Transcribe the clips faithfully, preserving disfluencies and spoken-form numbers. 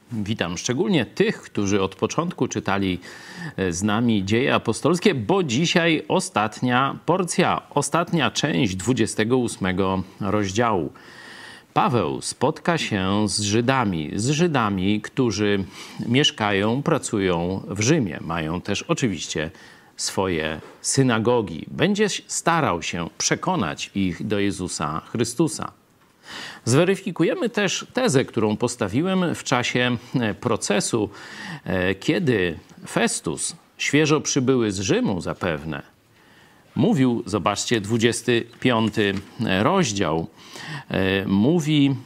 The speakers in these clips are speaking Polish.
Witam szczególnie tych, którzy od początku czytali z nami Dzieje Apostolskie, bo dzisiaj ostatnia porcja, ostatnia część dwudziestego ósmego rozdziału. Paweł spotka się z Żydami, z Żydami, którzy mieszkają, pracują w Rzymie. Mają też oczywiście swoje synagogi. Będzie starał się przekonać ich do Jezusa Chrystusa. Zweryfikujemy też tezę, którą postawiłem w czasie procesu, kiedy Festus, świeżo przybyły z Rzymu zapewne, mówił, zobaczcie, dwudziesty piąty rozdział, mówi,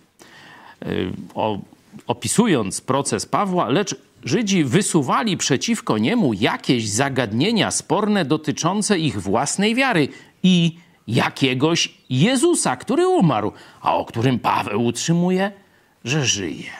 o, opisując proces Pawła, lecz Żydzi wysuwali przeciwko niemu jakieś zagadnienia sporne dotyczące ich własnej wiary i jakiegoś Jezusa, który umarł, a o którym Paweł utrzymuje, że żyje.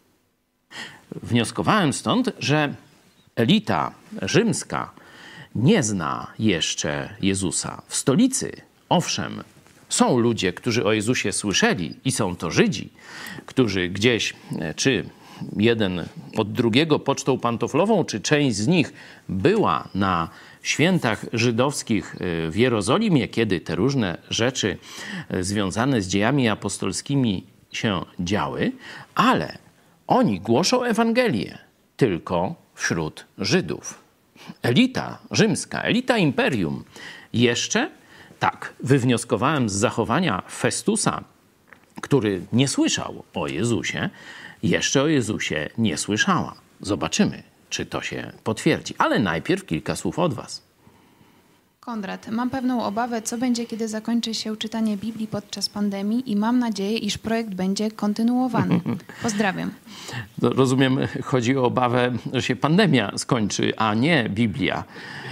Wnioskowałem stąd, że elita rzymska nie zna jeszcze Jezusa. W stolicy, owszem, są ludzie, którzy o Jezusie słyszeli i są to Żydzi, którzy gdzieś, czy jeden od drugiego pocztą pantoflową, czy część z nich była na świętach żydowskich w Jerozolimie, kiedy te różne rzeczy związane z dziejami apostolskimi się działy, ale oni głoszą Ewangelię tylko wśród Żydów. Elita rzymska, elita imperium jeszcze, tak, wywnioskowałem z zachowania Festusa, który nie słyszał o Jezusie, jeszcze o Jezusie nie słyszała. Zobaczymy, czy to się potwierdzi. Ale najpierw kilka słów od was. Konrad, mam pewną obawę, co będzie, kiedy zakończy się czytanie Biblii podczas pandemii i mam nadzieję, iż projekt będzie kontynuowany. Pozdrawiam. Rozumiem, chodzi o obawę, że się pandemia skończy, a nie Biblia.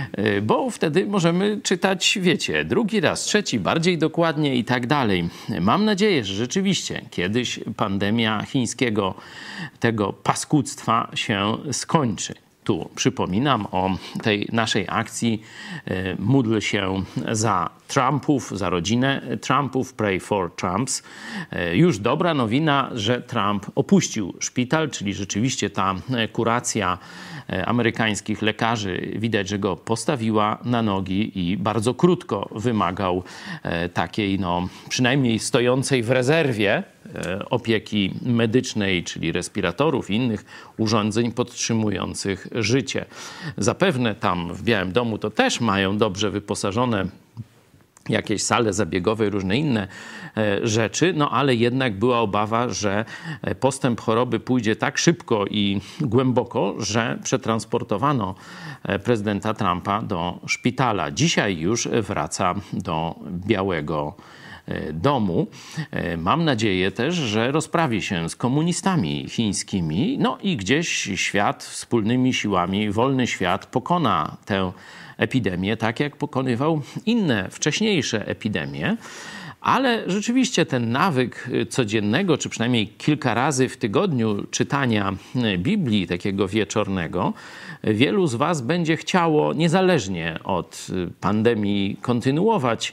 Bo wtedy możemy czytać, wiecie, drugi raz, trzeci, bardziej dokładnie i tak dalej. Mam nadzieję, że rzeczywiście kiedyś pandemia chińskiego tego paskudztwa się skończy. Tu przypominam o tej naszej akcji Módl się za Trumpów, za rodzinę Trumpów, Pray for Trumps. Już dobra nowina, że Trump opuścił szpital, czyli rzeczywiście ta kuracja amerykańskich lekarzy widać, że go postawiła na nogi i bardzo krótko wymagał takiej, no, przynajmniej stojącej w rezerwie opieki medycznej, czyli respiratorów i innych urządzeń podtrzymujących życie. Zapewne tam w Białym Domu to też mają dobrze wyposażone jakieś sale zabiegowe, różne inne rzeczy, no ale jednak była obawa, że postęp choroby pójdzie tak szybko i głęboko, że przetransportowano prezydenta Trumpa do szpitala. Dzisiaj już wraca do Białego Domu. Mam nadzieję też, że rozprawi się z komunistami chińskimi, no i gdzieś świat wspólnymi siłami, wolny świat pokona tę epidemię, tak jak pokonywał inne wcześniejsze epidemie. Ale rzeczywiście ten nawyk codziennego, czy przynajmniej kilka razy w tygodniu czytania Biblii, takiego wieczornego, wielu z was będzie chciało niezależnie od pandemii kontynuować.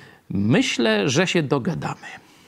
Myślę, że się dogadamy.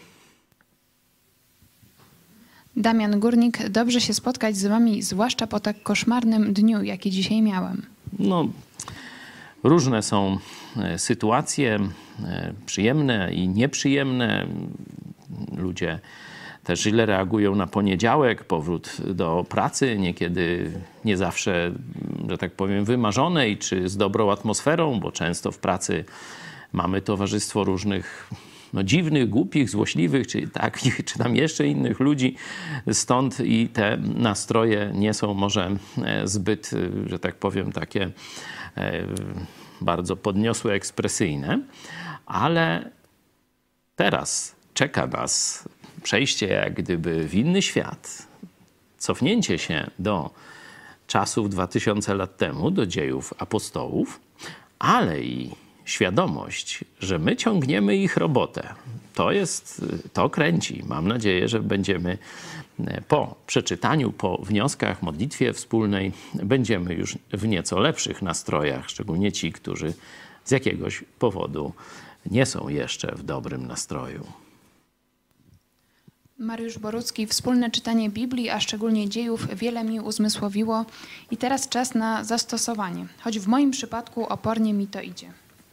Damian Górnik, dobrze się spotkać z wami, zwłaszcza po tak koszmarnym dniu, jaki dzisiaj miałem. No, różne są sytuacje, przyjemne i nieprzyjemne. Ludzie też źle reagują na poniedziałek, powrót do pracy, niekiedy nie zawsze, że tak powiem, wymarzonej czy z dobrą atmosferą, bo często w pracy mamy towarzystwo różnych no, dziwnych, głupich, złośliwych, czy takich, czy tam jeszcze innych ludzi. Stąd i te nastroje nie są może zbyt, że tak powiem, takie bardzo podniosłe, ekspresyjne. Ale teraz czeka nas przejście jak gdyby w inny świat. Cofnięcie się do czasów dwa tysiące lat temu, do dziejów apostołów, ale i świadomość, że my ciągniemy ich robotę. To jest, to kręci. Mam nadzieję, że będziemy po przeczytaniu, po wnioskach, modlitwie wspólnej, będziemy już w nieco lepszych nastrojach, szczególnie ci, którzy z jakiegoś powodu nie są jeszcze w dobrym nastroju. Mariusz Borucki, wspólne czytanie Biblii, a szczególnie dziejów, wiele mi uzmysłowiło i teraz czas na zastosowanie, choć w moim przypadku opornie mi to idzie.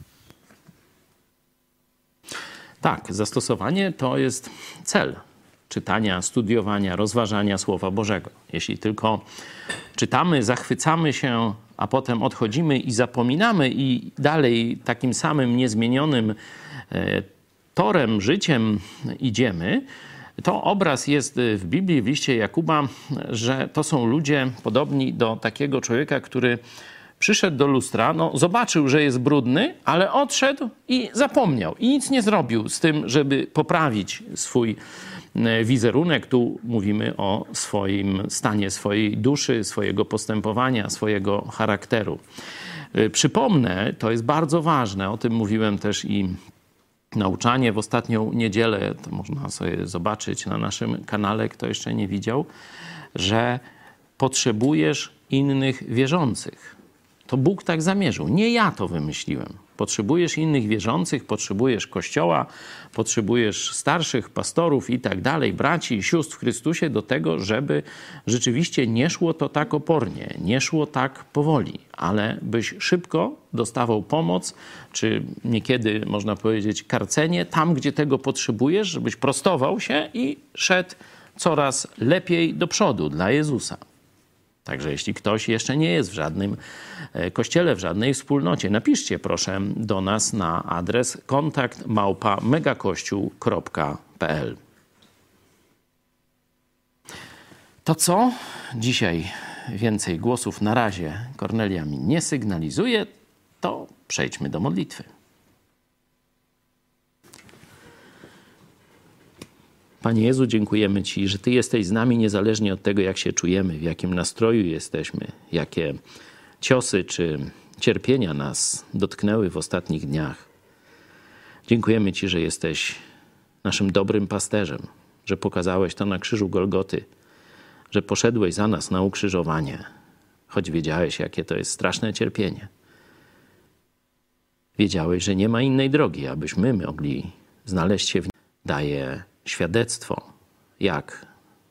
Tak, zastosowanie to jest cel czytania, studiowania, rozważania Słowa Bożego. Jeśli tylko czytamy, zachwycamy się, a potem odchodzimy i zapominamy i dalej takim samym niezmienionym e, torem, życiem idziemy, to obraz jest w Biblii, w liście Jakuba, że to są ludzie podobni do takiego człowieka, który przyszedł do lustra, no, zobaczył, że jest brudny, ale odszedł i zapomniał. I nic nie zrobił z tym, żeby poprawić swój wizerunek. Tu mówimy o swoim stanie swojej duszy, swojego postępowania, swojego charakteru. Przypomnę, to jest bardzo ważne, o tym mówiłem też i nauczanie w ostatnią niedzielę, to można sobie zobaczyć na naszym kanale, kto jeszcze nie widział, że potrzebujesz innych wierzących. To Bóg tak zamierzył. Nie ja to wymyśliłem. Potrzebujesz innych wierzących, potrzebujesz Kościoła, potrzebujesz starszych pastorów i tak dalej, braci i sióstr w Chrystusie do tego, żeby rzeczywiście nie szło to tak opornie, nie szło tak powoli, ale byś szybko dostawał pomoc, czy niekiedy można powiedzieć karcenie, tam gdzie tego potrzebujesz, żebyś prostował się i szedł coraz lepiej do przodu dla Jezusa. Także jeśli ktoś jeszcze nie jest w żadnym kościele, w żadnej wspólnocie, napiszcie proszę do nas na adres kontakt małpa megakościół kropka p l. To co? Dzisiaj więcej głosów na razie Kornelia mi nie sygnalizuje, to przejdźmy do modlitwy. Panie Jezu, dziękujemy Ci, że Ty jesteś z nami niezależnie od tego, jak się czujemy, w jakim nastroju jesteśmy, jakie ciosy czy cierpienia nas dotknęły w ostatnich dniach. Dziękujemy Ci, że jesteś naszym dobrym pasterzem, że pokazałeś to na krzyżu Golgoty, że poszedłeś za nas na ukrzyżowanie, choć wiedziałeś, jakie to jest straszne cierpienie. Wiedziałeś, że nie ma innej drogi, abyśmy mogli znaleźć się w nim. Daje świadectwo, jak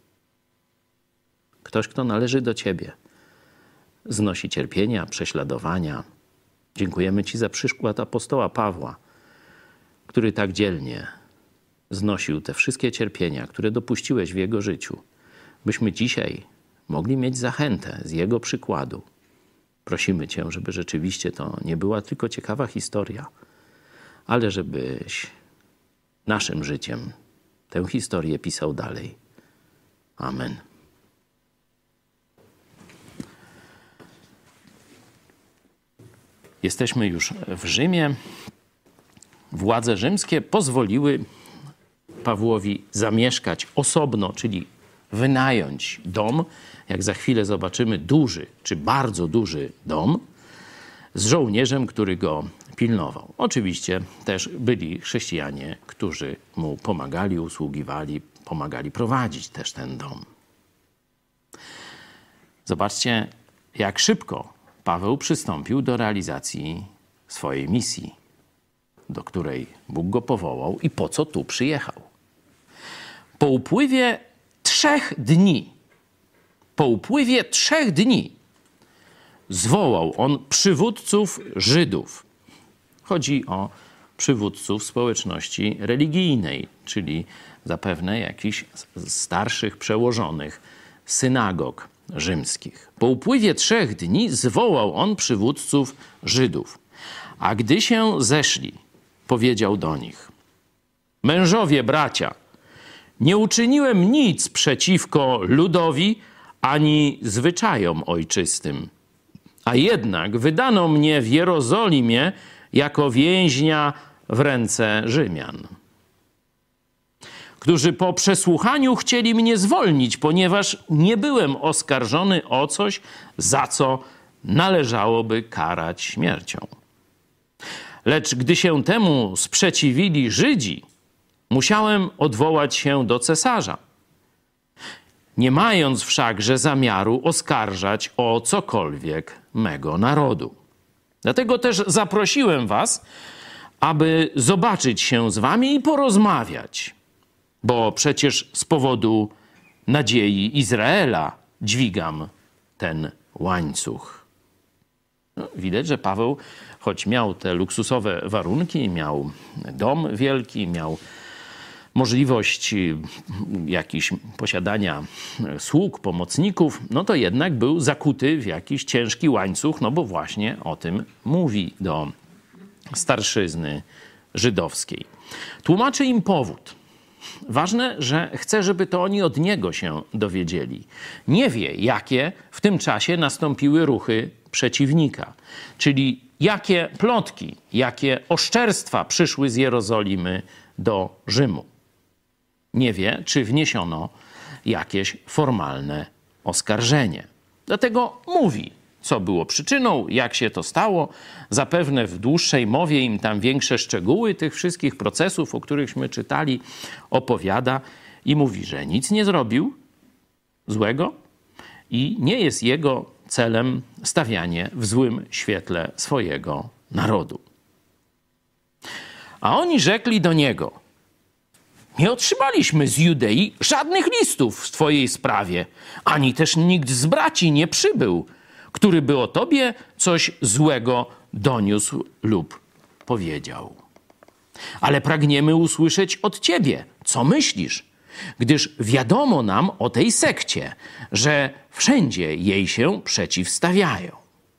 ktoś, kto należy do Ciebie, znosi cierpienia, prześladowania. Dziękujemy Ci za przykład apostoła Pawła, który tak dzielnie znosił te wszystkie cierpienia, które dopuściłeś w jego życiu, byśmy dzisiaj mogli mieć zachętę z jego przykładu. Prosimy Cię, żeby rzeczywiście to nie była tylko ciekawa historia, ale żebyś naszym życiem tę historię pisał dalej. Amen. Jesteśmy już w Rzymie. Władze rzymskie pozwoliły Pawłowi zamieszkać osobno, czyli wynająć dom, jak za chwilę zobaczymy, duży czy bardzo duży dom, z żołnierzem, który go pilnował. Oczywiście też byli chrześcijanie, którzy mu pomagali, usługiwali, pomagali prowadzić też ten dom. Zobaczcie, jak szybko Paweł przystąpił do realizacji swojej misji, do której Bóg go powołał i po co tu przyjechał. Po upływie trzech dni, po upływie trzech dni zwołał on przywódców Żydów. Chodzi o przywódców społeczności religijnej, czyli zapewne jakichś starszych przełożonych synagog rzymskich. Po upływie trzech dni zwołał on przywódców Żydów. A gdy się zeszli, powiedział do nich: mężowie, bracia, nie uczyniłem nic przeciwko ludowi ani zwyczajom ojczystym. A jednak wydano mnie w Jerozolimie jako więźnia w ręce Rzymian, którzy po przesłuchaniu chcieli mnie zwolnić, ponieważ nie byłem oskarżony o coś, za co należałoby karać śmiercią. Lecz gdy się temu sprzeciwili Żydzi, musiałem odwołać się do cesarza, nie mając wszakże zamiaru oskarżać o cokolwiek mego narodu. Dlatego też zaprosiłem was, aby zobaczyć się z wami i porozmawiać. bo przecież z powodu nadziei Izraela dźwigam ten łańcuch. No, widać, że Paweł, choć miał te luksusowe warunki, miał dom wielki, miał możliwość jakiś posiadania sług, pomocników, no to jednak był zakuty w jakiś ciężki łańcuch, no bo właśnie o tym mówi do starszyzny żydowskiej. Tłumaczy im powód. Ważne, że chce, żeby to oni od niego się dowiedzieli. Nie wie, jakie w tym czasie nastąpiły ruchy przeciwnika, czyli jakie plotki, jakie oszczerstwa przyszły z Jerozolimy do Rzymu. Nie wie, czy wniesiono jakieś formalne oskarżenie. Dlatego mówi, co było przyczyną, jak się to stało. Zapewne w dłuższej mowie im tam większe szczegóły tych wszystkich procesów, o którychśmy czytali, opowiada i mówi, że nic nie zrobił złego i nie jest jego celem stawianie w złym świetle swojego narodu. A oni rzekli do niego: nie otrzymaliśmy z Judei żadnych listów w twojej sprawie, ani też nikt z braci nie przybył, który by o tobie coś złego doniósł lub powiedział. Ale pragniemy usłyszeć od ciebie, co myślisz, gdyż wiadomo nam o tej sekcie, że wszędzie jej się przeciwstawiają.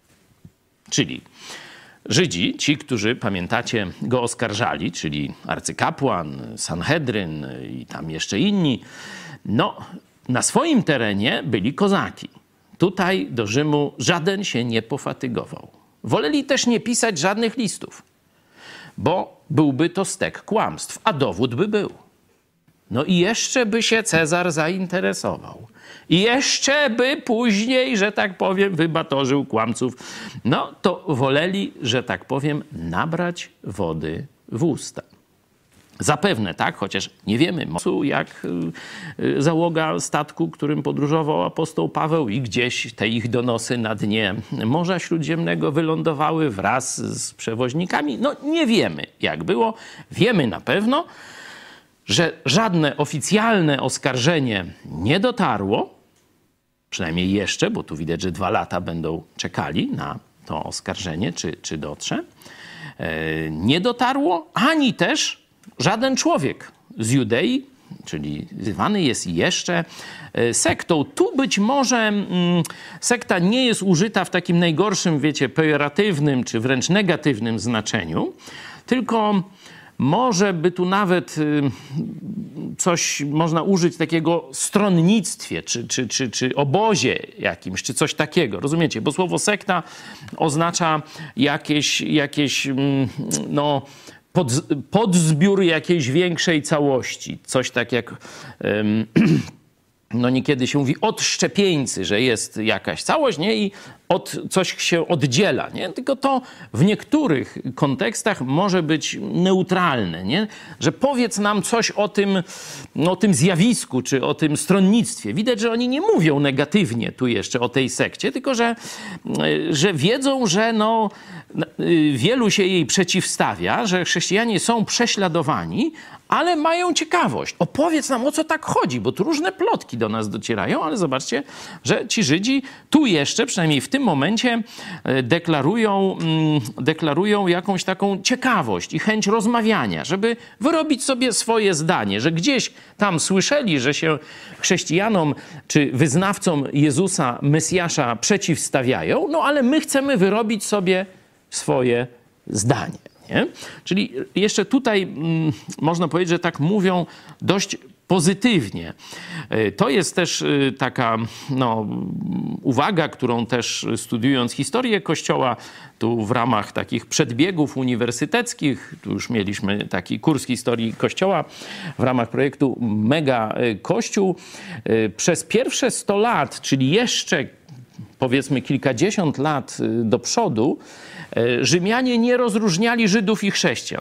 Czyli Żydzi, ci, którzy, pamiętacie, go oskarżali, czyli arcykapłan, Sanhedryn i tam jeszcze inni, no, na swoim terenie byli kozaki. Tutaj do Rzymu żaden się nie pofatygował. Woleli też nie pisać żadnych listów, bo byłby to stek kłamstw, a dowód by był. No i jeszcze by się Cezar zainteresował. I jeszcze by później, że tak powiem, wybatorzył kłamców. No to woleli, że tak powiem, nabrać wody w usta. Zapewne tak, chociaż nie wiemy, jak załoga statku, którym podróżował apostoł Paweł i gdzieś te ich donosy na dnie Morza Śródziemnego wylądowały wraz z przewoźnikami. No nie wiemy, jak było. Wiemy na pewno, że żadne oficjalne oskarżenie nie dotarło, przynajmniej jeszcze, bo tu widać, że dwa lata będą czekali na to oskarżenie, czy, czy dotrze. Nie dotarło, ani też żaden człowiek z Judei, czyli zwany jest jeszcze sektą. Tu być może mm, sekta nie jest użyta w takim najgorszym, wiecie, pejoratywnym, czy wręcz negatywnym znaczeniu, tylko może by tu nawet y, coś można użyć takiego stronnictwie, czy, czy, czy, czy obozie jakimś, czy coś takiego. Rozumiecie? Bo słowo sekta oznacza jakieś, jakieś mm, no, pod, podzbiór jakiejś większej całości. Coś tak jak... Ym, no niekiedy się mówi odszczepieńcy, że jest jakaś całość, nie? I od, coś się oddziela, nie? Tylko to w niektórych kontekstach może być neutralne, nie? Że powiedz nam coś o tym, no, o tym zjawisku, czy o tym stronnictwie. Widać, że oni nie mówią negatywnie tu jeszcze o tej sekcie, tylko że, że wiedzą, że no, wielu się jej przeciwstawia, że chrześcijanie są prześladowani, ale mają ciekawość. Opowiedz nam, o co tak chodzi, bo tu różne plotki do nas docierają, ale zobaczcie, że ci Żydzi tu jeszcze, przynajmniej w tym momencie, deklarują, deklarują jakąś taką ciekawość i chęć rozmawiania, żeby wyrobić sobie swoje zdanie, że gdzieś tam słyszeli, że się chrześcijanom czy wyznawcom Jezusa, Mesjasza przeciwstawiają, no ale my chcemy wyrobić sobie swoje zdanie. Nie? Czyli jeszcze tutaj mm, można powiedzieć, że tak mówią dość pozytywnie. To jest też taka no, uwaga, którą też studiując historię Kościoła, tu w ramach takich przedbiegów uniwersyteckich, tu już mieliśmy taki kurs historii Kościoła w ramach projektu Mega Kościół. Przez pierwsze sto lat, czyli jeszcze powiedzmy kilkadziesiąt lat do przodu, Rzymianie nie rozróżniali Żydów i chrześcijan.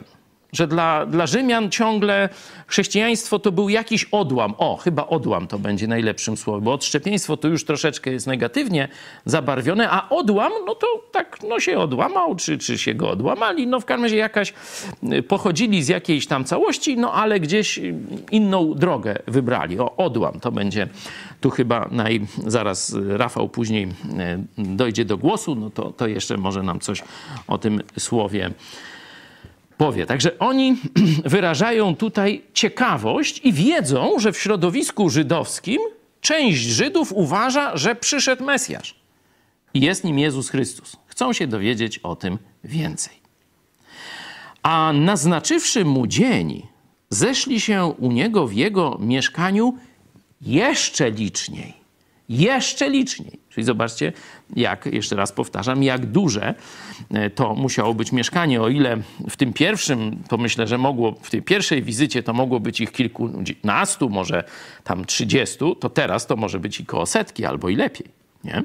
że dla, dla Rzymian ciągle chrześcijaństwo to był jakiś odłam. O, chyba odłam to będzie najlepszym słowem, bo odszczepieństwo to już troszeczkę jest negatywnie zabarwione, a odłam, no to tak no się odłamał, czy, czy się go odłamali. No w każdym razie jakaś, pochodzili z jakiejś tam całości, no ale gdzieś inną drogę wybrali. O, odłam to będzie tu chyba naj... Zaraz Rafał później dojdzie do głosu, no to, to jeszcze może nam coś o tym słowie powie. Także oni wyrażają tutaj ciekawość i wiedzą, że w środowisku żydowskim część Żydów uważa, że przyszedł Mesjasz i jest nim Jezus Chrystus. Chcą się dowiedzieć o tym więcej. A naznaczywszy mu dzień, zeszli się u niego w jego mieszkaniu jeszcze liczniej. Jeszcze liczniej. Czyli zobaczcie, jak, jeszcze raz powtarzam, jak duże to musiało być mieszkanie. O ile w tym pierwszym, to myślę, że mogło, w tej pierwszej wizycie to mogło być ich kilkunastu, może tam trzydziestu, to teraz to może być i koło setki, albo i lepiej, nie?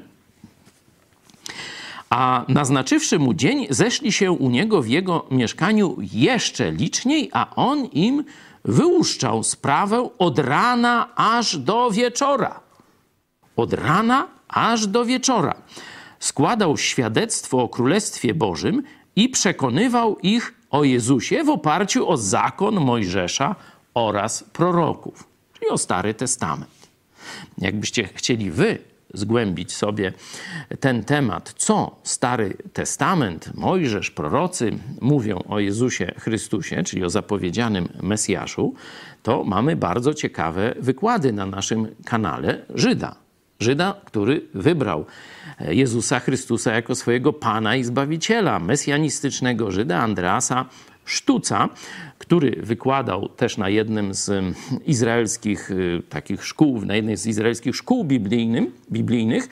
A naznaczywszy mu dzień, zeszli się u niego w jego mieszkaniu jeszcze liczniej, a on im wyłuszczał sprawę od rana aż do wieczora. Od rana aż do wieczora. Składał świadectwo o Królestwie Bożym i przekonywał ich o Jezusie w oparciu o zakon Mojżesza oraz proroków, czyli o Stary Testament. Jakbyście chcieli wy zgłębić sobie ten temat, co Stary Testament, Mojżesz, prorocy mówią o Jezusie Chrystusie, czyli o zapowiedzianym Mesjaszu, to mamy bardzo ciekawe wykłady na naszym kanale Żyda. Żyda, który wybrał Jezusa Chrystusa jako swojego Pana i Zbawiciela, mesjanistycznego Żyda Andreasa Sztuca, który wykładał też na jednym z izraelskich takich szkół, na jednej z izraelskich szkół biblijnym, biblijnych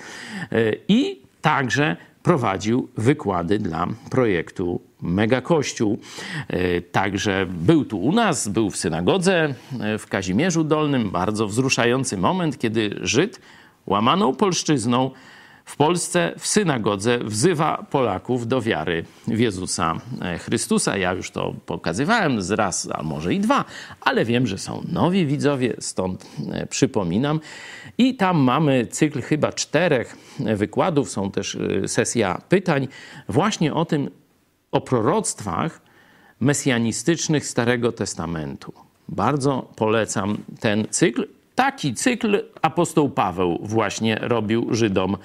i także prowadził wykłady dla projektu Mega Kościół. Także był tu u nas, był w synagodze w Kazimierzu Dolnym. Bardzo wzruszający moment, kiedy Żyd łamaną polszczyzną w Polsce w synagodze wzywa Polaków do wiary w Jezusa Chrystusa. Ja już to pokazywałem z raz, a może i dwa, ale wiem, że są nowi widzowie, stąd przypominam. I tam mamy cykl chyba czterech wykładów, są też sesja pytań właśnie o tym, o proroctwach mesjanistycznych Starego Testamentu. Bardzo polecam ten cykl. Taki cykl apostoł Paweł właśnie robił Żydom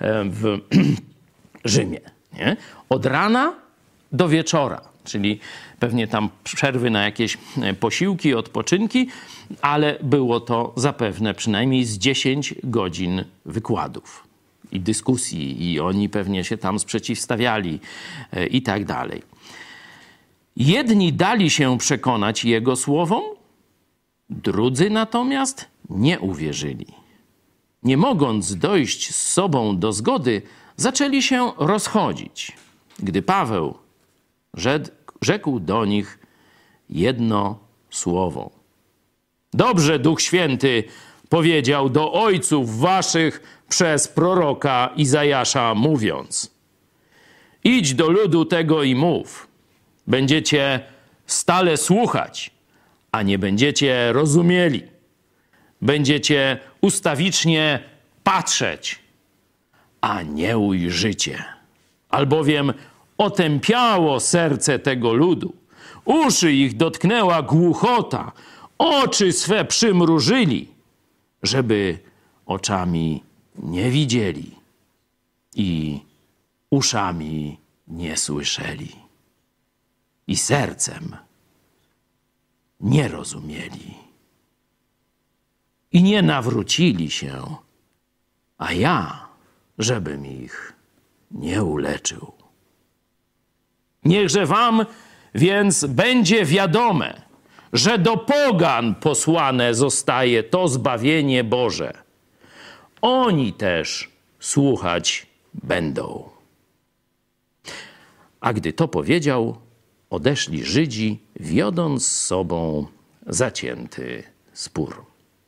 w Rzymie. Nie? Od rana do wieczora, czyli pewnie tam przerwy na jakieś posiłki, odpoczynki, ale było to zapewne przynajmniej z dziesięć godzin wykładów i dyskusji i oni pewnie się tam sprzeciwstawiali i tak dalej. Jedni dali się przekonać jego słowom, drudzy natomiast nie uwierzyli. Nie mogąc dojść z sobą do zgody, zaczęli się rozchodzić. Gdy Paweł rzekł do nich jedno słowo. Dobrze Duch Święty powiedział do ojców waszych przez proroka Izajasza mówiąc. Idź do ludu tego i mów. Będziecie stale słuchać, a nie będziecie rozumieli. Będziecie ustawicznie patrzeć, a nie ujrzycie. Albowiem otępiało serce tego ludu. Uszy ich dotknęła głuchota. Oczy swe przymrużyli, żeby oczami nie widzieli i uszami nie słyszeli. I sercem nie rozumieli. I nie nawrócili się, a ja, żebym ich nie uleczył. Niechże wam więc będzie wiadome, że do pogan posłane zostaje to zbawienie Boże. Oni też słuchać będą. A gdy to powiedział, odeszli Żydzi, wiodąc z sobą zacięty spór.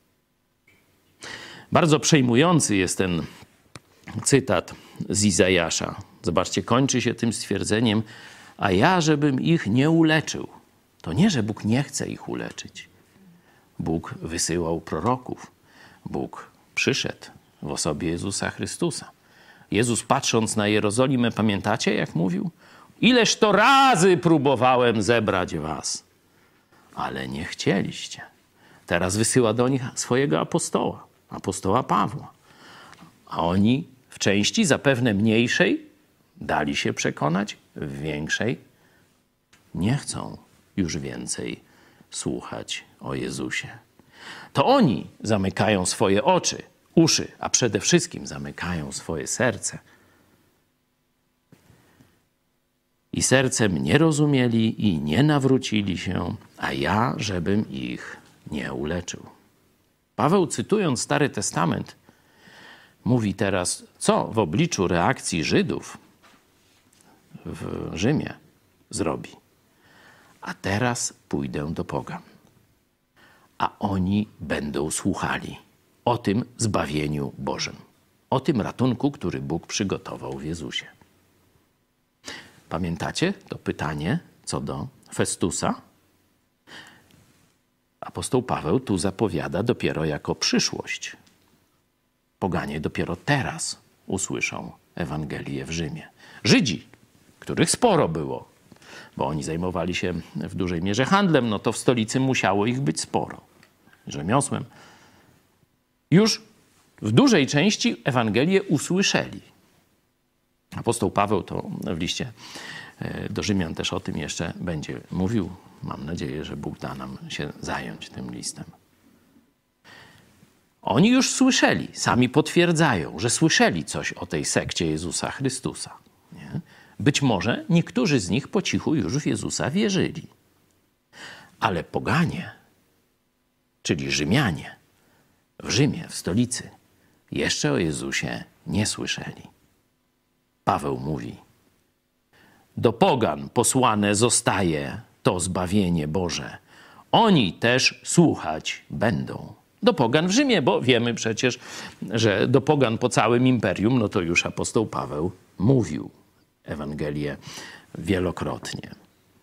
Bardzo przejmujący jest ten cytat z Izajasza. Zobaczcie, kończy się tym stwierdzeniem, a ja, żebym ich nie uleczył. To nie, że Bóg nie chce ich uleczyć. Bóg wysyłał proroków. Bóg przyszedł w osobie Jezusa Chrystusa. Jezus, patrząc na Jerozolimę, pamiętacie, jak mówił? Ileż to razy próbowałem zebrać was, ale nie chcieliście. Teraz wysyła do nich swojego apostoła, apostoła Pawła. A oni w części zapewne mniejszej dali się przekonać, w większej nie chcą już więcej słuchać o Jezusie. To oni zamykają swoje oczy, uszy, a przede wszystkim zamykają swoje serce. I sercem nie rozumieli i nie nawrócili się, a ja, żebym ich nie uleczył. Paweł, cytując Stary Testament, mówi teraz, co w obliczu reakcji Żydów w Rzymie zrobi. A teraz pójdę do pogan, a oni będą słuchali o tym zbawieniu Bożym, o tym ratunku, który Bóg przygotował w Jezusie. Pamiętacie to pytanie co do Festusa? Apostoł Paweł tu zapowiada dopiero jako przyszłość. Poganie dopiero teraz usłyszą Ewangelię w Rzymie. Żydzi, których sporo było, bo oni zajmowali się w dużej mierze handlem, no to w stolicy musiało ich być sporo, rzemiosłem. Już w dużej części Ewangelię usłyszeli. Apostoł Paweł to w liście do Rzymian też o tym jeszcze będzie mówił. Mam nadzieję, że Bóg da nam się zająć tym listem. Oni już słyszeli, sami potwierdzają, że słyszeli coś o tej sekcie Jezusa Chrystusa. Nie? Być może niektórzy z nich po cichu już w Jezusa wierzyli. Ale poganie, czyli Rzymianie, w Rzymie, w stolicy, jeszcze o Jezusie nie słyszeli. Paweł mówi, do pogan posłane zostaje to zbawienie Boże. Oni też słuchać będą. Do pogan w Rzymie, bo wiemy przecież, że do pogan po całym imperium, no to już apostoł Paweł mówił Ewangelię wielokrotnie.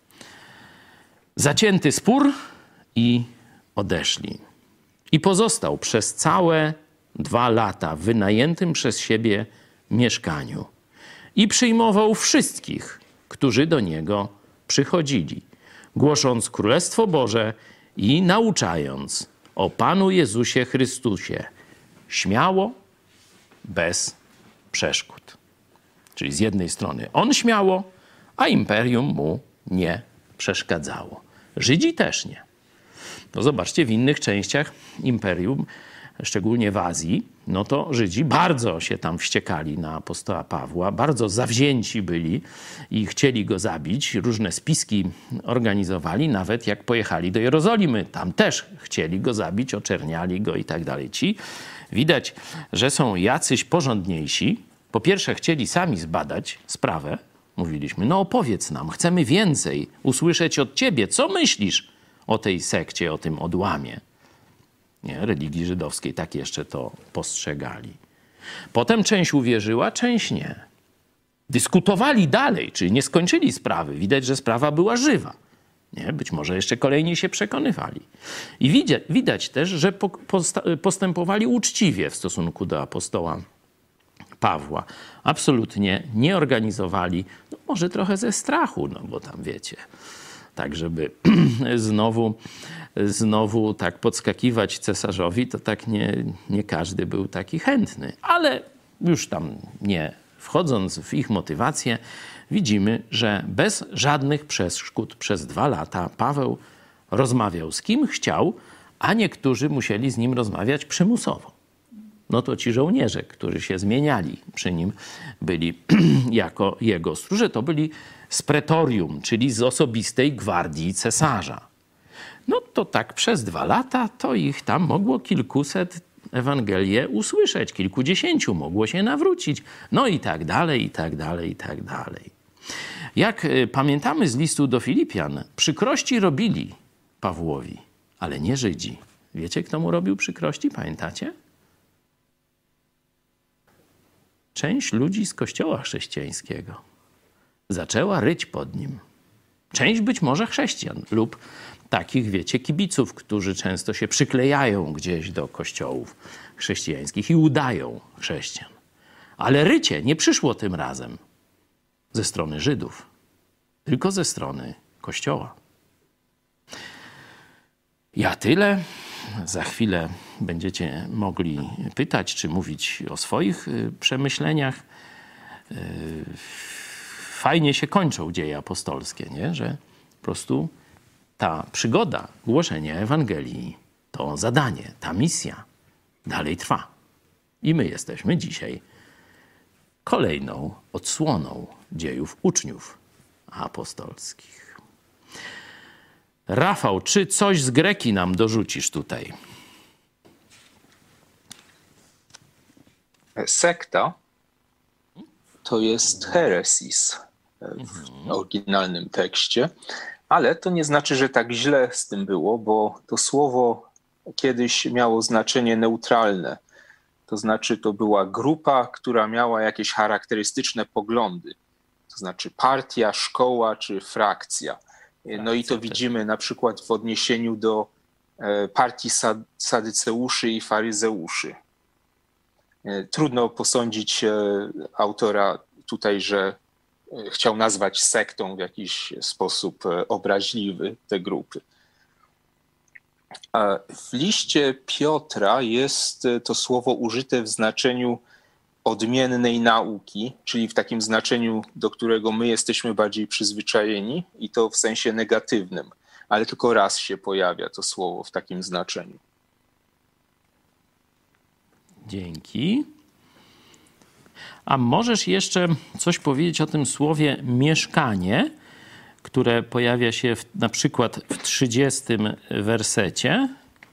Zacięty spór i odeszli. I pozostał przez całe dwa lata w wynajętym przez siebie mieszkaniu. I przyjmował wszystkich, którzy do niego przychodzili, głosząc Królestwo Boże i nauczając o Panu Jezusie Chrystusie śmiało, bez przeszkód. Czyli z jednej strony on śmiało, a imperium mu nie przeszkadzało. Żydzi też nie. No zobaczcie, w innych częściach imperium, szczególnie w Azji, no to Żydzi bardzo się tam wściekali na apostoła Pawła, bardzo zawzięci byli i chcieli go zabić. Różne spiski organizowali, nawet jak pojechali do Jerozolimy. Tam też chcieli go zabić, oczerniali go i tak dalej. Ci widać, że są jacyś porządniejsi. Po pierwsze chcieli sami zbadać sprawę. Mówiliśmy, no opowiedz nam, chcemy więcej usłyszeć od ciebie. Co myślisz o tej sekcie, o tym odłamie? Nie, religii żydowskiej, tak jeszcze to postrzegali. Potem część uwierzyła, część nie. Dyskutowali dalej, czyli nie skończyli sprawy. Widać, że sprawa była żywa. Nie? Być może jeszcze kolejni się przekonywali. I widać, widać też, że po, postępowali uczciwie w stosunku do apostoła Pawła. Absolutnie nie organizowali, no może trochę ze strachu, no bo tam wiecie, tak żeby znowu, znowu tak podskakiwać cesarzowi, to tak nie, nie każdy był taki chętny. Ale już tam nie wchodząc w ich motywację, widzimy, że bez żadnych przeszkód przez dwa lata Paweł rozmawiał z kim chciał, a niektórzy musieli z nim rozmawiać przymusowo. No to ci żołnierze, którzy się zmieniali przy nim, byli jako jego stróże, to byli z pretorium, czyli z osobistej gwardii cesarza. No to tak przez dwa lata to ich tam mogło kilkuset Ewangelię usłyszeć, kilkudziesięciu mogło się nawrócić. No i tak dalej, i tak dalej, i tak dalej. Jak pamiętamy z listu do Filipian, przykrości robili Pawłowi, ale nie Żydzi. Wiecie, kto mu robił przykrości? Pamiętacie? Część ludzi z kościoła chrześcijańskiego zaczęła ryć pod nim. Część być może chrześcijan lub takich, wiecie, kibiców, którzy często się przyklejają gdzieś do kościołów chrześcijańskich i udają chrześcijan. Ale rycie nie przyszło tym razem ze strony Żydów, tylko ze strony Kościoła. Ja tyle. Za chwilę będziecie mogli pytać, czy mówić o swoich przemyśleniach. Fajnie się kończą dzieje apostolskie, nie? Że po prostu ta przygoda głoszenia Ewangelii, to zadanie, ta misja dalej trwa. I my jesteśmy dzisiaj kolejną odsłoną dziejów uczniów apostolskich. Rafał, czy coś z greki nam dorzucisz tutaj? Sekta to jest heresis w oryginalnym tekście, ale to nie znaczy, że tak źle z tym było, bo to słowo kiedyś miało znaczenie neutralne. To znaczy to była grupa, która miała jakieś charakterystyczne poglądy. To znaczy partia, szkoła czy frakcja. No i to widzimy na przykład w odniesieniu do partii sadyceuszy i faryzeuszy. Trudno posądzić autora tutaj, że chciał nazwać sektą w jakiś sposób obraźliwy te grupy. W liście Piotra jest to słowo użyte w znaczeniu odmiennej nauki, czyli w takim znaczeniu, do którego my jesteśmy bardziej przyzwyczajeni, i to w sensie negatywnym, ale tylko raz się pojawia to słowo w takim znaczeniu. Dzięki. A możesz jeszcze coś powiedzieć o tym słowie mieszkanie, które pojawia się w, na przykład w trzydziestym wersecie?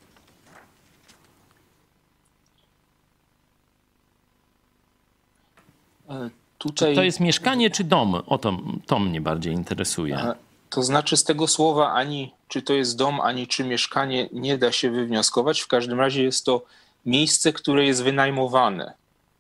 Tutaj... Czy to jest mieszkanie czy dom? O to, to mnie bardziej interesuje. To znaczy z tego słowa ani czy to jest dom, ani czy mieszkanie nie da się wywnioskować. W każdym razie jest to miejsce, które jest wynajmowane.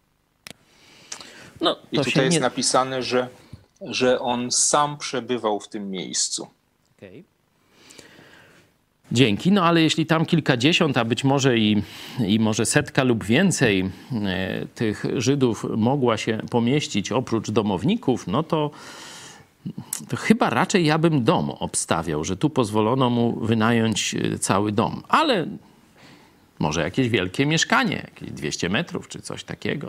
No, I tutaj jest nie... napisane, że, że on sam przebywał w tym miejscu. Okay. Dzięki. No ale jeśli tam kilkadziesiąt, a być może i, i może setka lub więcej e, tych Żydów mogła się pomieścić oprócz domowników, no to, to chyba raczej ja bym dom obstawiał, że tu pozwolono mu wynająć cały dom. Ale może jakieś wielkie mieszkanie, jakieś dwieście metrów czy coś takiego.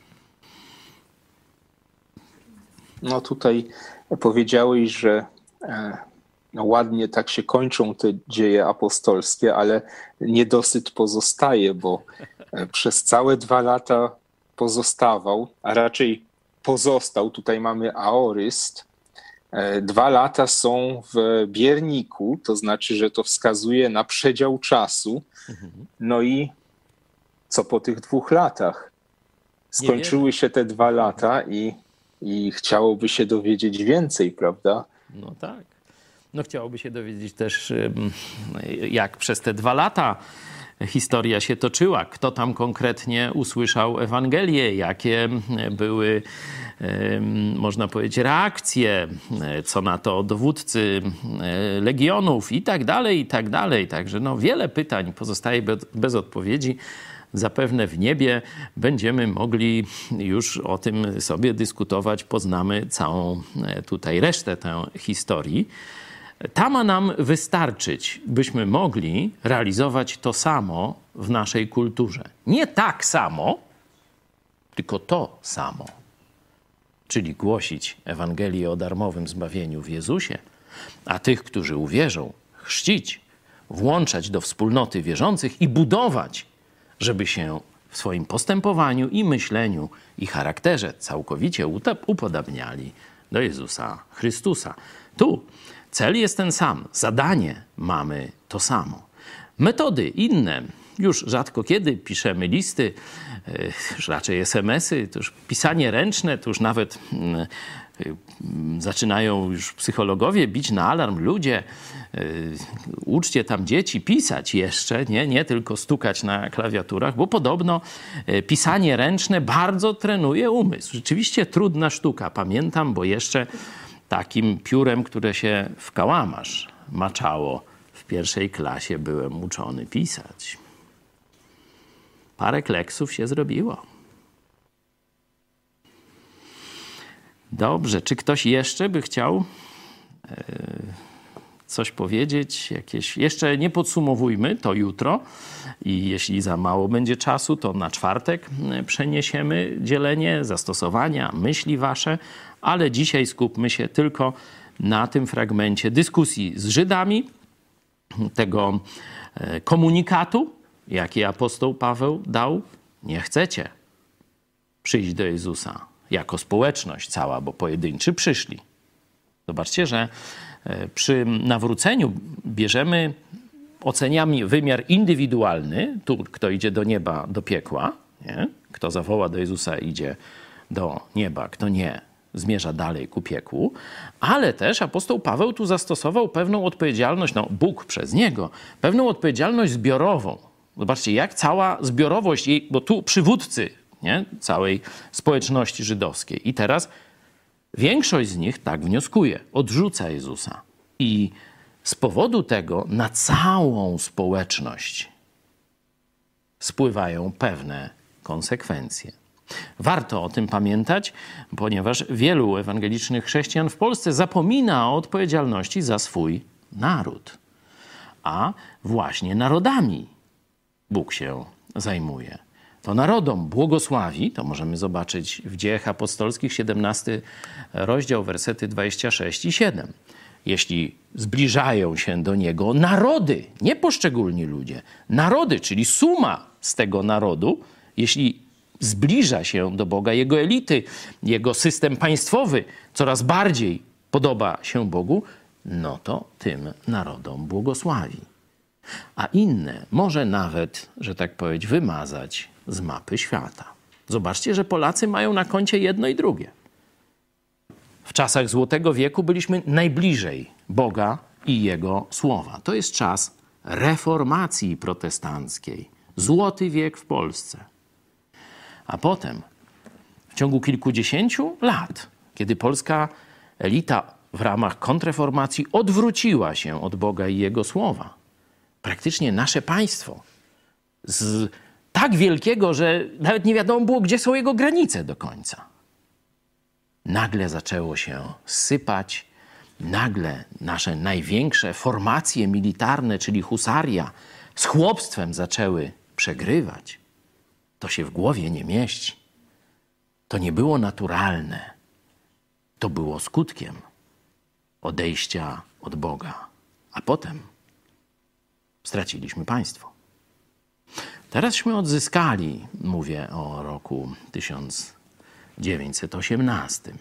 No tutaj powiedziałeś, że no ładnie tak się kończą te dzieje apostolskie, ale niedosyt pozostaje, bo przez całe dwa lata pozostawał, a raczej pozostał. Tutaj mamy aoryst. Dwa lata są w bierniku, to znaczy, że to wskazuje na przedział czasu. No i co po tych dwóch latach? Skończyły się te dwa lata i I chciałoby się dowiedzieć więcej, prawda? No tak. No chciałoby się dowiedzieć też, jak przez te dwa lata historia się toczyła. Kto tam konkretnie usłyszał Ewangelię, jakie były, można powiedzieć, reakcje, co na to dowódcy legionów i tak dalej, i tak dalej. Także no wiele pytań pozostaje bez, bez odpowiedzi. Zapewne w niebie będziemy mogli już o tym sobie dyskutować, poznamy całą tutaj resztę tej historii. Ta ma nam wystarczyć, byśmy mogli realizować to samo w naszej kulturze. Nie tak samo, tylko to samo. Czyli głosić Ewangelię o darmowym zbawieniu w Jezusie, a tych, którzy uwierzą, chrzcić, włączać do wspólnoty wierzących i budować, żeby się w swoim postępowaniu i myśleniu i charakterze całkowicie upodabniali do Jezusa Chrystusa. Tu cel jest ten sam, zadanie mamy to samo. Metody inne. Już rzadko kiedy piszemy listy, już raczej es em esy, to już pisanie ręczne, to już nawet zaczynają już psychologowie bić na alarm. Ludzie, uczcie tam dzieci pisać jeszcze, nie, nie tylko stukać na klawiaturach, bo podobno pisanie ręczne bardzo trenuje umysł. Rzeczywiście trudna sztuka. Pamiętam, bo jeszcze takim piórem, które się w kałamarz maczało. W pierwszej klasie byłem uczony pisać. Parę kleksów się zrobiło. Dobrze, czy ktoś jeszcze by chciał yy, coś powiedzieć? Jakieś... Jeszcze nie podsumowujmy, to jutro. I jeśli za mało będzie czasu, to na czwartek przeniesiemy dzielenie, zastosowania, myśli wasze. Ale dzisiaj skupmy się tylko na tym fragmencie dyskusji z Żydami, tego komunikatu, jaki apostoł Paweł dał. Nie chcecie przyjść do Jezusa jako społeczność cała, bo pojedynczy przyszli. Zobaczcie, że przy nawróceniu bierzemy, oceniamy wymiar indywidualny, tu kto idzie do nieba, do piekła, nie? Kto zawoła do Jezusa, idzie do nieba, kto nie, zmierza dalej ku piekłu, ale też apostoł Paweł tu zastosował pewną odpowiedzialność, no Bóg przez niego, pewną odpowiedzialność zbiorową. Zobaczcie, jak cała zbiorowość, jej, bo tu przywódcy, nie? Całej społeczności żydowskiej. I teraz większość z nich tak wnioskuje, odrzuca Jezusa. I z powodu tego na całą społeczność spływają pewne konsekwencje. Warto o tym pamiętać, ponieważ wielu ewangelicznych chrześcijan w Polsce zapomina o odpowiedzialności za swój naród. A właśnie narodami Bóg się zajmuje. To narodom błogosławi, to możemy zobaczyć w Dziejach Apostolskich, siedemnasty rozdział, wersety dwadzieścia sześć i siedem. Jeśli zbliżają się do Niego narody, nie poszczególni ludzie, narody, czyli suma z tego narodu, jeśli zbliża się do Boga, Jego elity, Jego system państwowy coraz bardziej podoba się Bogu, no to tym narodom błogosławi. A inne może nawet, że tak powiedzieć, wymazać z mapy świata. Zobaczcie, że Polacy mają na koncie jedno i drugie. W czasach Złotego Wieku byliśmy najbliżej Boga i Jego Słowa. To jest czas reformacji protestanckiej. Złoty wiek w Polsce. A potem, w ciągu kilkudziesięciu lat, kiedy polska elita w ramach kontrreformacji odwróciła się od Boga i Jego Słowa, praktycznie nasze państwo z tak wielkiego, że nawet nie wiadomo było, gdzie są jego granice do końca, nagle zaczęło się sypać, nagle nasze największe formacje militarne, czyli husaria, z chłopstwem zaczęły przegrywać. To się w głowie nie mieści. To nie było naturalne. To było skutkiem odejścia od Boga. A potem straciliśmy państwo. Terazśmy odzyskali, mówię o roku tysiąc dziewięćset osiemnastym.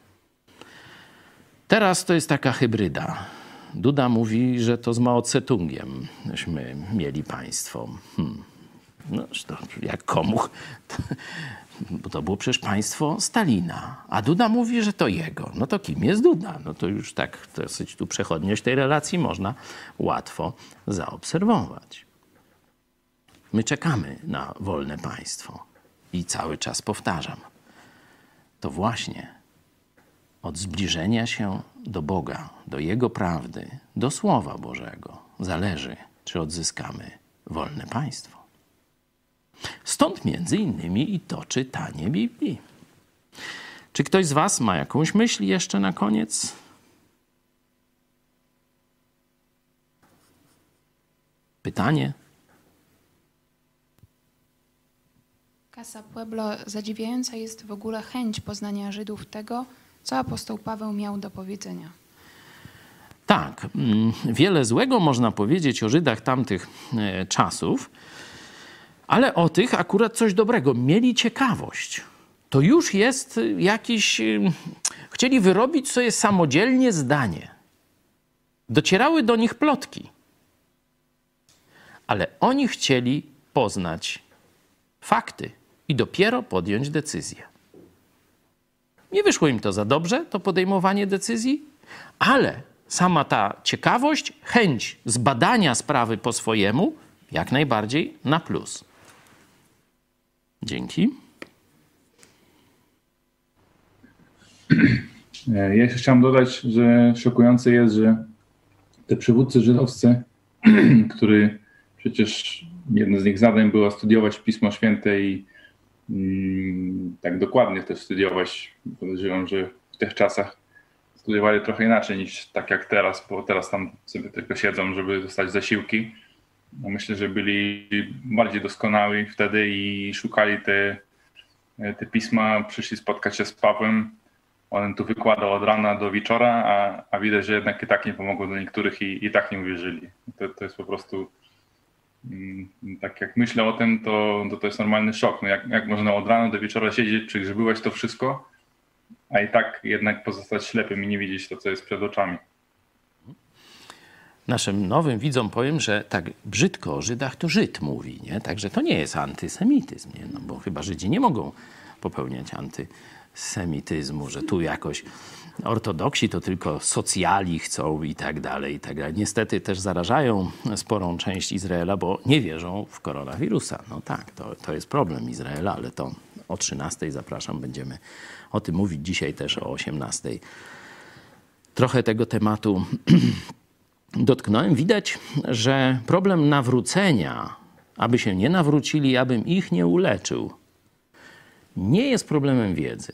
Teraz to jest taka hybryda. Duda mówi, że to z Mao Tse-tungiem myśmy mieli państwo. Hmm. No, to jak Komuch, to, bo to było przecież państwo Stalina. A Duda mówi, że to jego. No to kim jest Duda? No to już tak dosyć tu przechodniość tej relacji można łatwo zaobserwować. My czekamy na wolne państwo. I cały czas powtarzam. To właśnie od zbliżenia się do Boga, do Jego prawdy, do Słowa Bożego zależy, czy odzyskamy wolne państwo. Stąd między innymi i to czytanie Biblii. Czy ktoś z was ma jakąś myśl jeszcze na koniec? Pytanie? Casa Pueblo, zadziwiająca jest w ogóle chęć poznania Żydów tego, co apostoł Paweł miał do powiedzenia. Tak, wiele złego można powiedzieć o Żydach tamtych czasów, ale o tych akurat coś dobrego. Mieli ciekawość. To już jest jakiś... Chcieli wyrobić sobie samodzielnie zdanie. Docierały do nich plotki. Ale oni chcieli poznać fakty i dopiero podjąć decyzję. Nie wyszło im to za dobrze, to podejmowanie decyzji, ale sama ta ciekawość, chęć zbadania sprawy po swojemu, jak najbardziej na plus. Dzięki. Ja jeszcze chciałem dodać, że szokujące jest, że te przywódcy żydowscy, który przecież jedno z ich zadań było studiować Pismo Święte i mm, tak dokładnie też studiować. Podejrzewam, że w tych czasach studiowali trochę inaczej niż tak jak teraz, bo teraz tam sobie tylko siedzą, żeby dostać zasiłki. No myślę, że byli bardziej doskonali wtedy i szukali te, te pisma, przyszli spotkać się z Pawłem. On tu wykładał od rana do wieczora, a, a widać, że jednak i tak nie pomogło do niektórych i, i tak nie uwierzyli. To, to jest po prostu, mm, tak jak myślę o tym, to to, to jest normalny szok. No jak, jak można od rana do wieczora siedzieć, przegrzebywać to wszystko, a i tak jednak pozostać ślepym i nie widzieć to, co jest przed oczami. Naszym nowym widzom powiem, że tak brzydko o Żydach to Żyd mówi, nie? Także to nie jest antysemityzm, nie? No bo chyba Żydzi nie mogą popełniać antysemityzmu, że tu jakoś ortodoksi to tylko socjali chcą i tak dalej, i tak dalej. Niestety też zarażają sporą część Izraela, bo nie wierzą w koronawirusa. No tak, to, to jest problem Izraela, ale to o trzynastej zapraszam, będziemy o tym mówić dzisiaj też o osiemnastej. Trochę tego tematu dotknąłem. Widać, że problem nawrócenia, aby się nie nawrócili, abym ich nie uleczył, nie jest problemem wiedzy.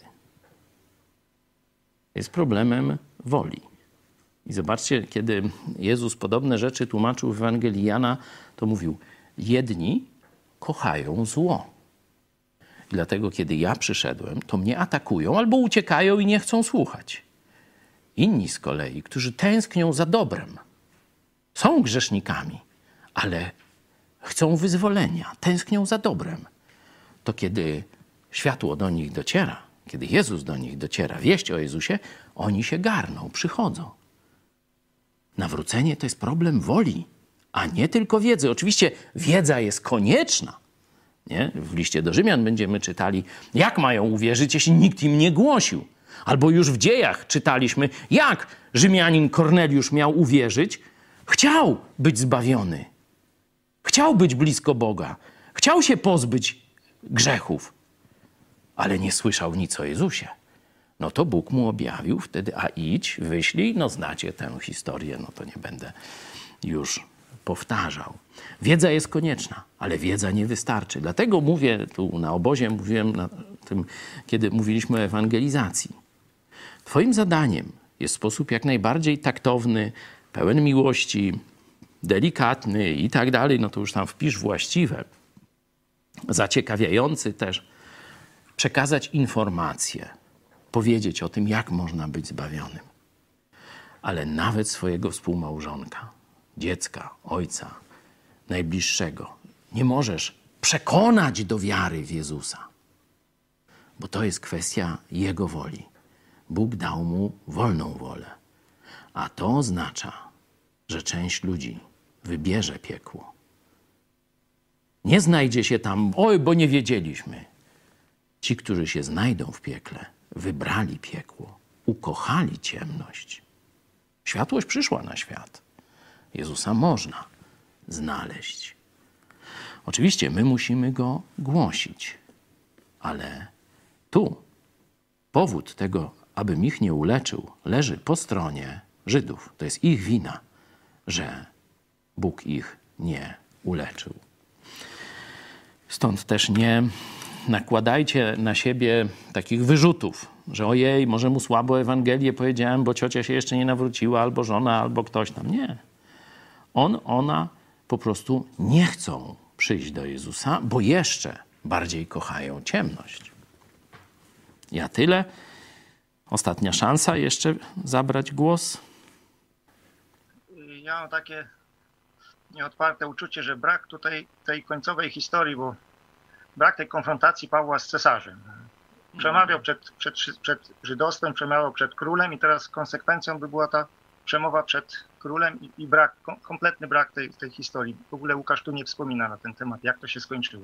Jest problemem woli. I zobaczcie, kiedy Jezus podobne rzeczy tłumaczył w Ewangelii Jana, to mówił, jedni kochają zło. I dlatego, kiedy ja przyszedłem, to mnie atakują albo uciekają i nie chcą słuchać. Inni z kolei, którzy tęsknią za dobrem, są grzesznikami, ale chcą wyzwolenia, tęsknią za dobrem. To kiedy światło do nich dociera, kiedy Jezus do nich dociera, wieść o Jezusie, oni się garną, przychodzą. Nawrócenie to jest problem woli, a nie tylko wiedzy. Oczywiście wiedza jest konieczna. Nie? W liście do Rzymian będziemy czytali, jak mają uwierzyć, jeśli nikt im nie głosił. Albo już w dziejach czytaliśmy, jak Rzymianin Korneliusz miał uwierzyć. Chciał być zbawiony. Chciał być blisko Boga. Chciał się pozbyć grzechów. Ale nie słyszał nic o Jezusie. No to Bóg mu objawił wtedy, a idź, wyślij, no znacie tę historię, no to nie będę już powtarzał. Wiedza jest konieczna, ale wiedza nie wystarczy. Dlatego mówię tu na obozie, mówiłem na tym, kiedy mówiliśmy o ewangelizacji. Twoim zadaniem jest w sposób jak najbardziej taktowny, pełen miłości, delikatny i tak dalej, no to już tam wpisz właściwe, zaciekawiający też, przekazać informacje, powiedzieć o tym, jak można być zbawionym. Ale nawet swojego współmałżonka, dziecka, ojca, najbliższego nie możesz przekonać do wiary w Jezusa, bo to jest kwestia Jego woli. Bóg dał mu wolną wolę, a to oznacza, że część ludzi wybierze piekło. Nie znajdzie się tam, oj, bo nie wiedzieliśmy. Ci, którzy się znajdą w piekle, wybrali piekło, ukochali ciemność. Światłość przyszła na świat. Jezusa można znaleźć. Oczywiście my musimy Go głosić, ale tu powód tego, abym ich nie uleczył, leży po stronie Żydów. To jest ich wina, że Bóg ich nie uleczył. Stąd też nie nakładajcie na siebie takich wyrzutów, że ojej, może mu słabo Ewangelię powiedziałem, bo ciocia się jeszcze nie nawróciła, albo żona, albo ktoś tam. Nie. On, ona po prostu nie chcą przyjść do Jezusa, bo jeszcze bardziej kochają ciemność. Ja tyle. Ostatnia szansa jeszcze zabrać głos. Ja mam takie nieodparte uczucie, że brak tutaj tej końcowej historii, bo brak tej konfrontacji Pawła z cesarzem. Przemawiał przed, przed, przed żydostwem, przemawiał przed królem i teraz konsekwencją by była ta przemowa przed królem i, i brak, kom, kompletny brak tej, tej historii. W ogóle Łukasz tu nie wspomina na ten temat, jak to się skończyło.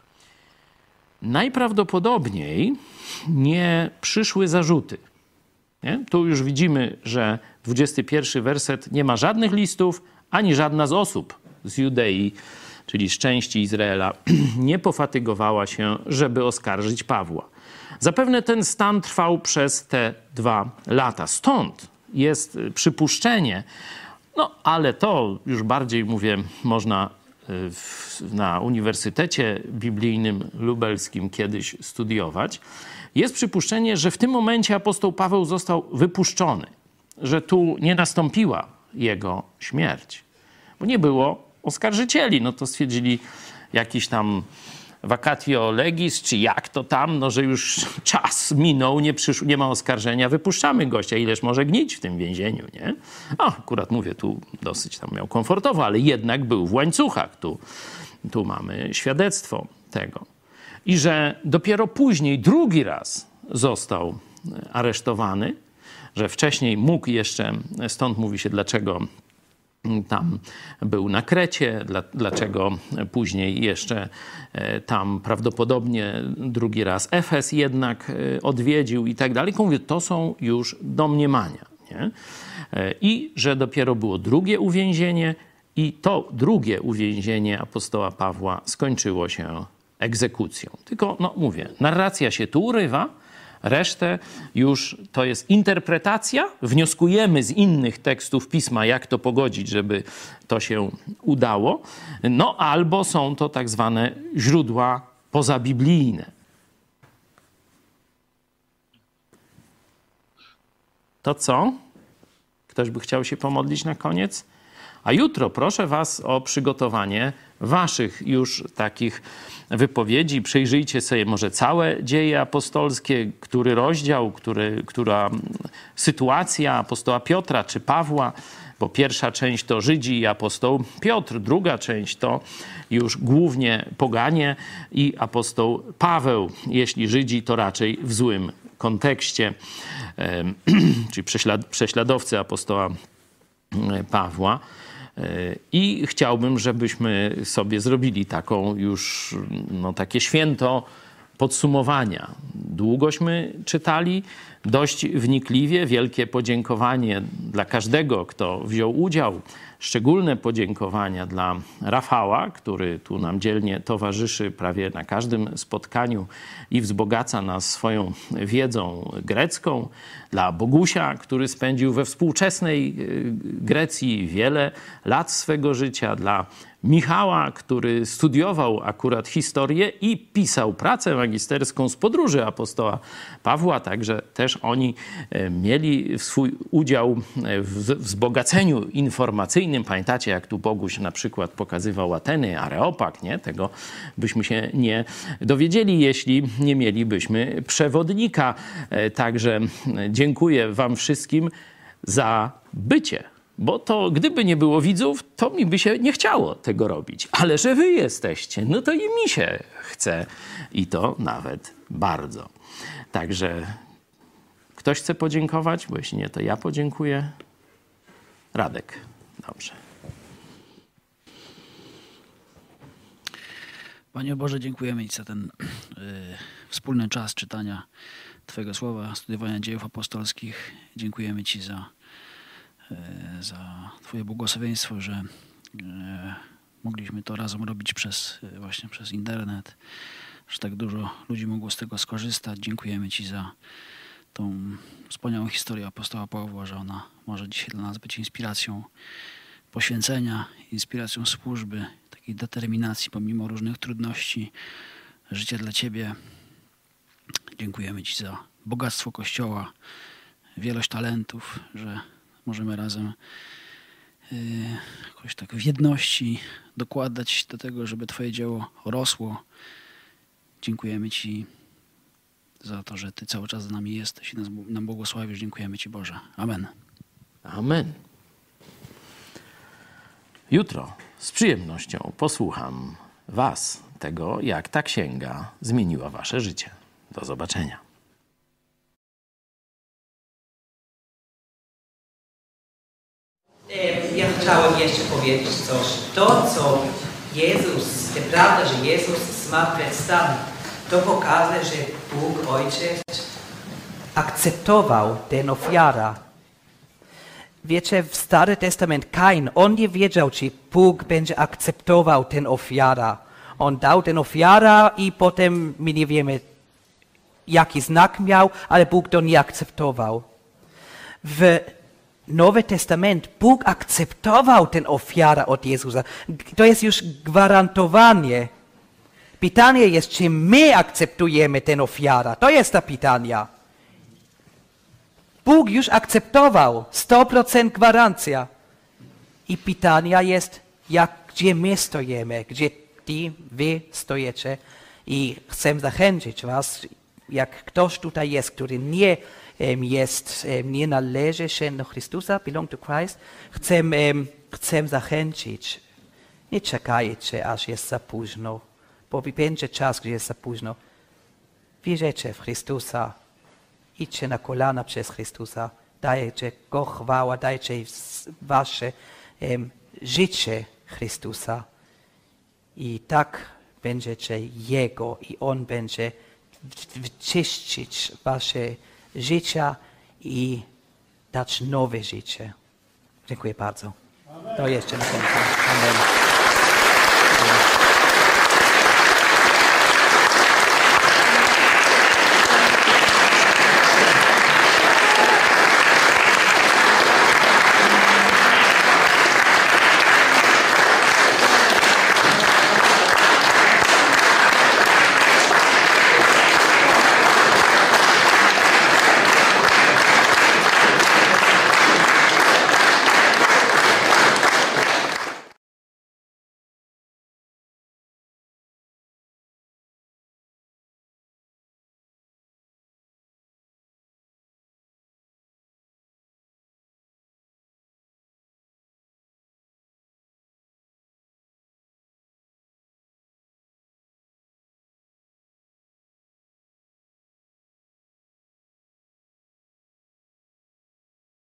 Najprawdopodobniej nie przyszły zarzuty. Nie? Tu już widzimy, że dwudziesty pierwszy werset nie ma żadnych listów, ani żadna z osób z Judei, czyli z części Izraela, nie pofatygowała się, żeby oskarżyć Pawła. Zapewne ten stan trwał przez te dwa lata. Stąd jest przypuszczenie, no ale to już bardziej, mówię, można w, na Uniwersytecie Biblijnym Lubelskim kiedyś studiować. Jest przypuszczenie, że w tym momencie apostoł Paweł został wypuszczony, że tu nie nastąpiła jego śmierć, bo nie było oskarżycieli. No to stwierdzili jakiś tam vacatio legis, czy jak to tam, no że już czas minął, nie, przysz- nie ma oskarżenia, wypuszczamy gościa. Ileż może gnić w tym więzieniu, nie? O, akurat mówię, tu dosyć tam miał komfortowo, ale jednak był w łańcuchach. Tu, tu mamy świadectwo tego. I że dopiero później, drugi raz został aresztowany, że wcześniej mógł jeszcze, stąd mówi się, dlaczego tam był na Krecie, dla, dlaczego później jeszcze tam prawdopodobnie drugi raz Efes jednak odwiedził i tak dalej. Mówię, to są już domniemania, nie? I że dopiero było drugie uwięzienie i to drugie uwięzienie apostoła Pawła skończyło się egzekucją. Tylko, no mówię, narracja się tu urywa, resztę już to jest interpretacja. Wnioskujemy z innych tekstów Pisma, jak to pogodzić, żeby to się udało. No albo są to tak zwane źródła pozabiblijne. To co? Ktoś by chciał się pomodlić na koniec? A jutro proszę was o przygotowanie waszych już takich wypowiedzi. Przejrzyjcie sobie może całe dzieje apostolskie, który rozdział, który, która sytuacja apostoła Piotra czy Pawła, bo pierwsza część to Żydzi i apostoł Piotr, druga część to już głównie poganie i apostoł Paweł. Jeśli Żydzi, to raczej w złym kontekście, czyli prześlad, prześladowcy apostoła Pawła. I chciałbym, żebyśmy sobie zrobili taką już, no takie święto podsumowania. Długośmy czytali, dość wnikliwie. Wielkie podziękowanie dla każdego, kto wziął udział. Szczególne podziękowania dla Rafała, który tu nam dzielnie towarzyszy prawie na każdym spotkaniu i wzbogaca nas swoją wiedzą grecką. Dla Bogusia, który spędził we współczesnej Grecji wiele lat swego życia. Dla Michała, który studiował akurat historię i pisał pracę magisterską z podróży apostoła Pawła, także też oni mieli swój udział w wzbogaceniu informacyjnym. Pamiętacie, jak tu Boguś na przykład pokazywał Ateny, Areopag, nie? Tego byśmy się nie dowiedzieli, jeśli nie mielibyśmy przewodnika. Także dziękuję wam wszystkim za bycie. Bo to gdyby nie było widzów, to mi by się nie chciało tego robić. Ale że wy jesteście, no to i mi się chce. I to nawet bardzo. Także ktoś chce podziękować? Bo jeśli nie, to ja podziękuję. Radek. Dobrze. Panie Boże, dziękujemy Ci za ten y, wspólny czas czytania Twojego słowa, studiowania dziejów apostolskich. Dziękujemy Ci za za Twoje błogosławieństwo, że mogliśmy to razem robić przez, właśnie przez internet, że tak dużo ludzi mogło z tego skorzystać. Dziękujemy Ci za tą wspaniałą historię apostoła Pawła, że ona może dzisiaj dla nas być inspiracją poświęcenia, inspiracją służby, takiej determinacji pomimo różnych trudności, życia dla Ciebie. Dziękujemy Ci za bogactwo Kościoła, wielość talentów, że możemy razem yy, jakoś tak w jedności dokładać do tego, żeby Twoje dzieło rosło. Dziękujemy Ci za to, że Ty cały czas z nami jesteś i nas, nam błogosławisz. Dziękujemy Ci, Boże. Amen. Amen. Jutro z przyjemnością posłucham was tego, jak ta księga zmieniła wasze życie. Do zobaczenia. Ja chciałem jeszcze powiedzieć coś. To, co Jezus, to prawda, że Jezus zmartwychwstał, to pokazuje, że Bóg Ojciec akceptował tę ofiarę. Wiecie, w Stary Testament Kain, on nie wiedział, czy Bóg będzie akceptował tę ofiarę. On dał tę ofiarę i potem my nie wiemy, jaki znak miał, ale Bóg to nie akceptował. W Nowy Testament Bóg akceptował tę ofiarę od Jezusa. To jest już gwarantowanie. Pytanie jest, czy my akceptujemy tę ofiarę. To jest to pytanie. Bóg już akceptował. sto procent gwarancja. I pytanie jest, jak, gdzie my stoimy, gdzie ty, wy stoicie. I chcę zachęcić was, jak ktoś tutaj jest, który nie jest, nie należy się do Chrystusa, belong to Christ, chcę, chcę zachęcić. Nie czekajcie, aż jest za późno, bo będzie czas, gdzie jest za późno. Wierzycie w Chrystusa, idźcie na kolana przez Chrystusa, dajcie Go chwałę, dajcie wasze um, życie Chrystusa. I tak będziecie Jego i On będzie wyczyścić wasze życie i dać nowe życie. Dziękuję bardzo. To jeszcze na końcu. Amen.